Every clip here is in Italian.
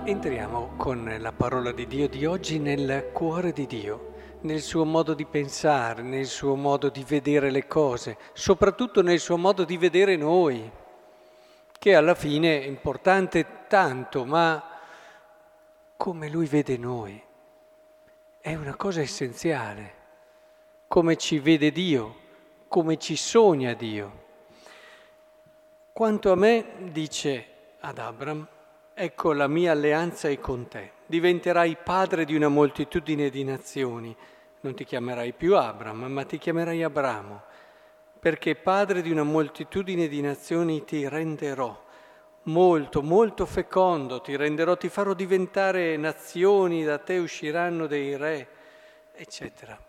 Entriamo con la parola di Dio di oggi nel cuore di Dio, nel suo modo di pensare, nel suo modo di vedere le cose, soprattutto nel suo modo di vedere noi, che alla fine è importante tanto, ma come Lui vede noi è una cosa essenziale, come ci vede Dio, come ci sogna Dio. Quanto a me, dice ad Abram, ecco la mia alleanza è con te. Diventerai padre di una moltitudine di nazioni. Non ti chiamerai più Abram, ma ti chiamerai Abramo, perché padre di una moltitudine di nazioni ti renderò. Molto, molto fecondo ti renderò, ti farò diventare nazioni, da te usciranno dei re, eccetera.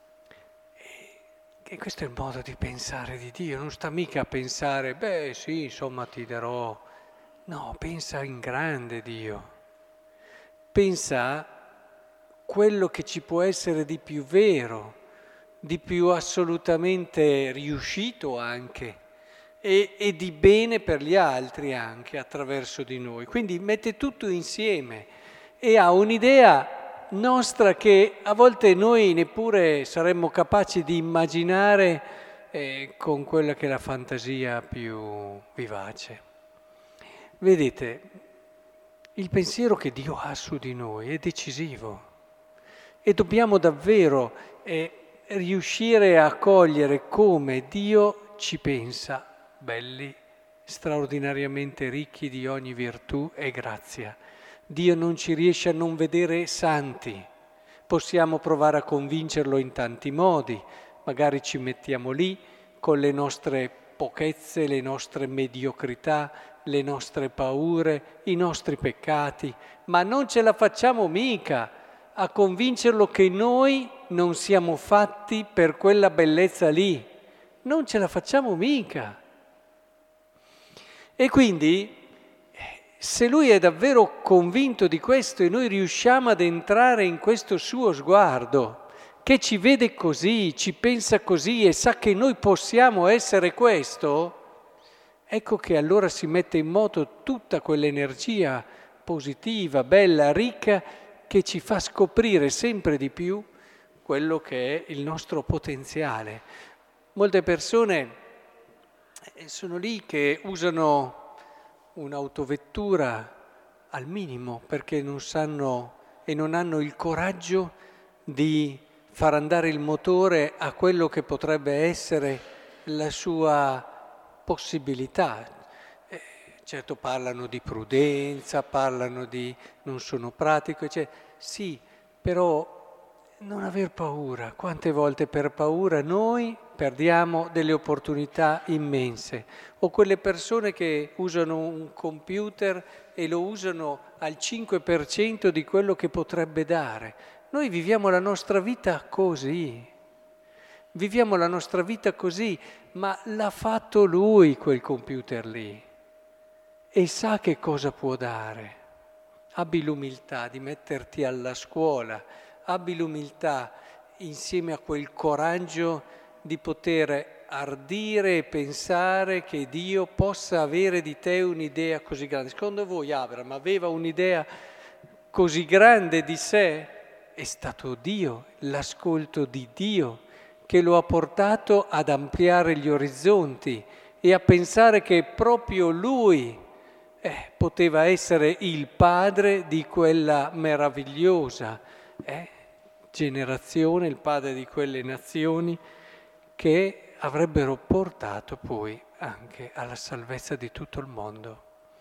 E questo è il modo di pensare di Dio, non sta mica a pensare, beh sì, insomma ti darò. No, pensa in grande Dio. Pensa a quello che ci può essere di più vero, di più assolutamente riuscito anche e di bene per gli altri anche attraverso di noi. Quindi mette tutto insieme e ha un'idea nostra che a volte noi neppure saremmo capaci di immaginare con quella che è la fantasia più vivace. Vedete, il pensiero che Dio ha su di noi è decisivo e dobbiamo davvero riuscire a cogliere come Dio ci pensa, belli, straordinariamente ricchi di ogni virtù e grazia. Dio non ci riesce a non vedere santi, possiamo provare a convincerlo in tanti modi, magari ci mettiamo lì con le nostre pochezze, le nostre mediocrità, le nostre paure, i nostri peccati, ma non ce la facciamo mica a convincerlo che noi non siamo fatti per quella bellezza lì, non ce la facciamo mica. E quindi se lui è davvero convinto di questo e noi riusciamo ad entrare in questo suo sguardo, che ci vede così, ci pensa così e sa che noi possiamo essere questo, ecco che allora si mette in moto tutta quell'energia positiva, bella, ricca, che ci fa scoprire sempre di più quello che è il nostro potenziale. Molte persone sono lì che usano un'autovettura al minimo perché non sanno e non hanno il coraggio di far andare il motore a quello che potrebbe essere la sua possibilità. Certo parlano di prudenza, parlano di non sono pratico, eccetera. Sì, però non aver paura. Quante volte per paura noi perdiamo delle opportunità immense. O quelle persone che usano un computer e lo usano al 5% di quello che potrebbe dare. Noi viviamo la nostra vita così. Viviamo la nostra vita così, ma l'ha fatto lui quel computer lì e sa che cosa può dare. Abbi l'umiltà di metterti alla scuola, abbi l'umiltà insieme a quel coraggio di poter ardire e pensare che Dio possa avere di te un'idea così grande. Secondo voi Abramo aveva un'idea così grande di sé? È stato Dio, l'ascolto di Dio, che lo ha portato ad ampliare gli orizzonti e a pensare che proprio lui poteva essere il padre di quella meravigliosa generazione, il padre di quelle nazioni che avrebbero portato poi anche alla salvezza di tutto il mondo.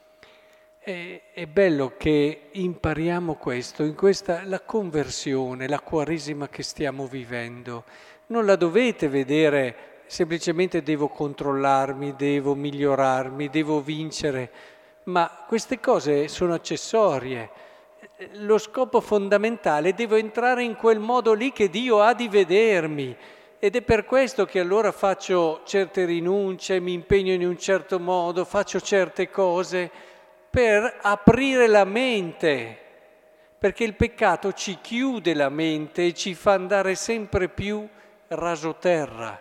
È bello che impariamo questo, in questa la conversione, la Quaresima che stiamo vivendo. Non la dovete vedere semplicemente devo controllarmi, devo migliorarmi, devo vincere, ma queste cose sono accessorie. Lo scopo fondamentale è devo entrare in quel modo lì che Dio ha di vedermi. Ed è per questo che allora faccio certe rinunce, mi impegno in un certo modo, faccio certe cose per aprire la mente, perché il peccato ci chiude la mente e ci fa andare sempre più rasoterra.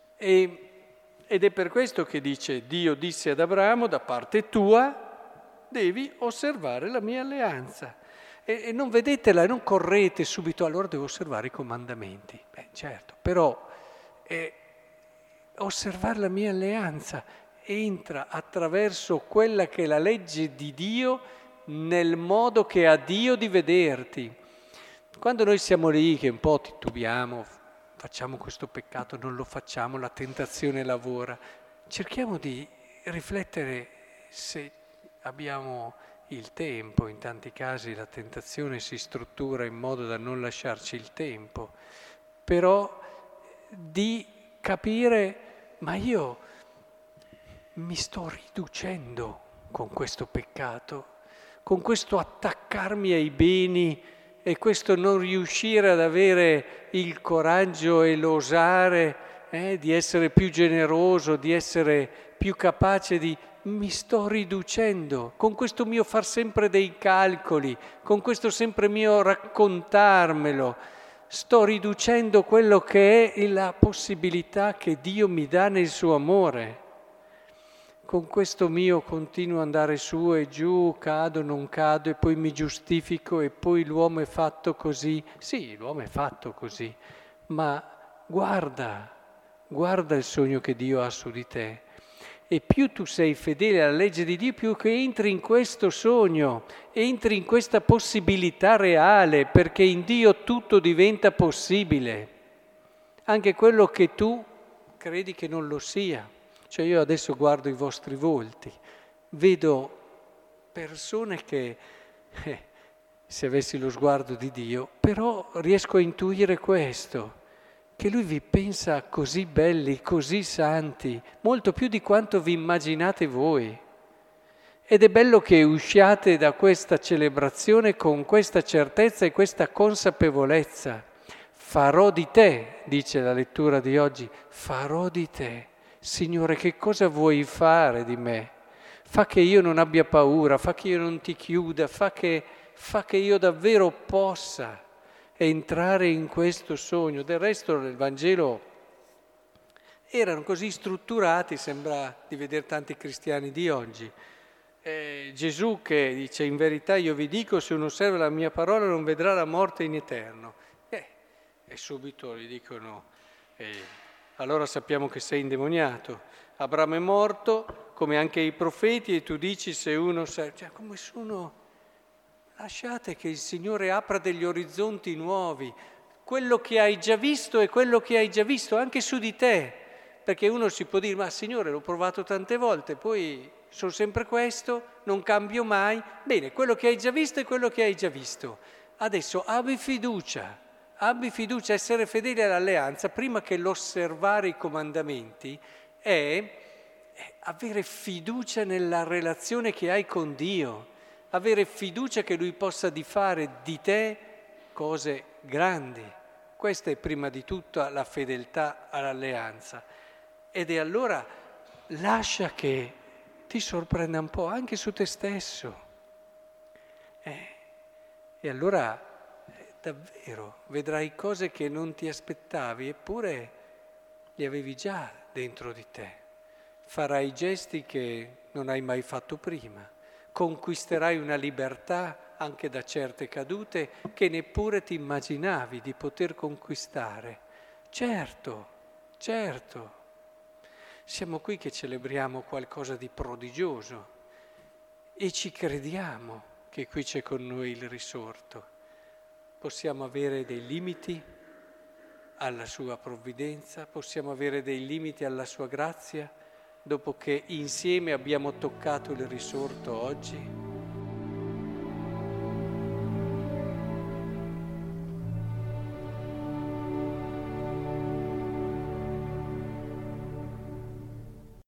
Ed è per questo che dice, Dio disse ad Abramo, da parte tua devi osservare la mia alleanza. E non vedetela, non correte subito, allora devo osservare i comandamenti. Beh, certo, però osservare la mia alleanza entra attraverso quella che è la legge di Dio nel modo che ha Dio di vederti. Quando noi siamo lì che un po' titubiamo, facciamo questo peccato, non lo facciamo, la tentazione lavora, cerchiamo di riflettere se abbiamo il tempo. In tanti casi la tentazione si struttura in modo da non lasciarci il tempo, però di capire, ma io mi sto riducendo con questo peccato, con questo attaccarmi ai beni e questo non riuscire ad avere il coraggio e l'osare di essere più generoso, di essere più capace di... Mi sto riducendo con questo mio far sempre dei calcoli, con questo sempre mio raccontarmelo. Sto riducendo quello che è la possibilità che Dio mi dà nel suo amore. Con questo mio continuo ad andare su e giù, cado, non cado, e poi mi giustifico, e poi l'uomo è fatto così. Sì, l'uomo è fatto così, ma guarda il sogno che Dio ha su di te. E più tu sei fedele alla legge di Dio, più che entri in questo sogno, entri in questa possibilità reale, perché in Dio tutto diventa possibile, anche quello che tu credi che non lo sia. Cioè io adesso guardo i vostri volti, vedo persone che, se avessi lo sguardo di Dio, però riesco a intuire questo, che Lui vi pensa così belli, così santi, molto più di quanto vi immaginate voi. Ed è bello che usciate da questa celebrazione con questa certezza e questa consapevolezza. Farò di te, dice la lettura di oggi, farò di te. Signore, che cosa vuoi fare di me? Fa che io non abbia paura, fa che io non ti chiuda, fa che io davvero possa entrare in questo sogno. Del resto nel Vangelo erano così strutturati, sembra di vedere tanti cristiani di oggi. Gesù che dice: in verità io vi dico, se uno osserva la mia parola non vedrà la morte in eterno. E subito gli dicono: allora sappiamo che sei indemoniato. Abramo è morto, come anche i profeti, e tu dici se uno... Cioè, come sono... Lasciate che il Signore apra degli orizzonti nuovi. Quello che hai già visto è quello che hai già visto anche su di te. Perché uno si può dire: ma Signore, l'ho provato tante volte, poi sono sempre questo, non cambio mai. Bene, quello che hai già visto è quello che hai già visto. Adesso abbi fiducia, essere fedeli all'alleanza, prima che l'osservare i comandamenti, è avere fiducia nella relazione che hai con Dio, avere fiducia che Lui possa di fare di te cose grandi. Questa è prima di tutto la fedeltà all'alleanza. Ed è allora lascia che ti sorprenda un po' anche su te stesso. E allora davvero vedrai cose che non ti aspettavi, eppure li avevi già dentro di te. Farai gesti che non hai mai fatto prima. Conquisterai una libertà anche da certe cadute che neppure ti immaginavi di poter conquistare. Certo. Siamo qui che celebriamo qualcosa di prodigioso e ci crediamo che qui c'è con noi il risorto. Possiamo avere dei limiti alla sua provvidenza, possiamo avere dei limiti alla sua grazia, dopo che insieme abbiamo toccato il risorto oggi.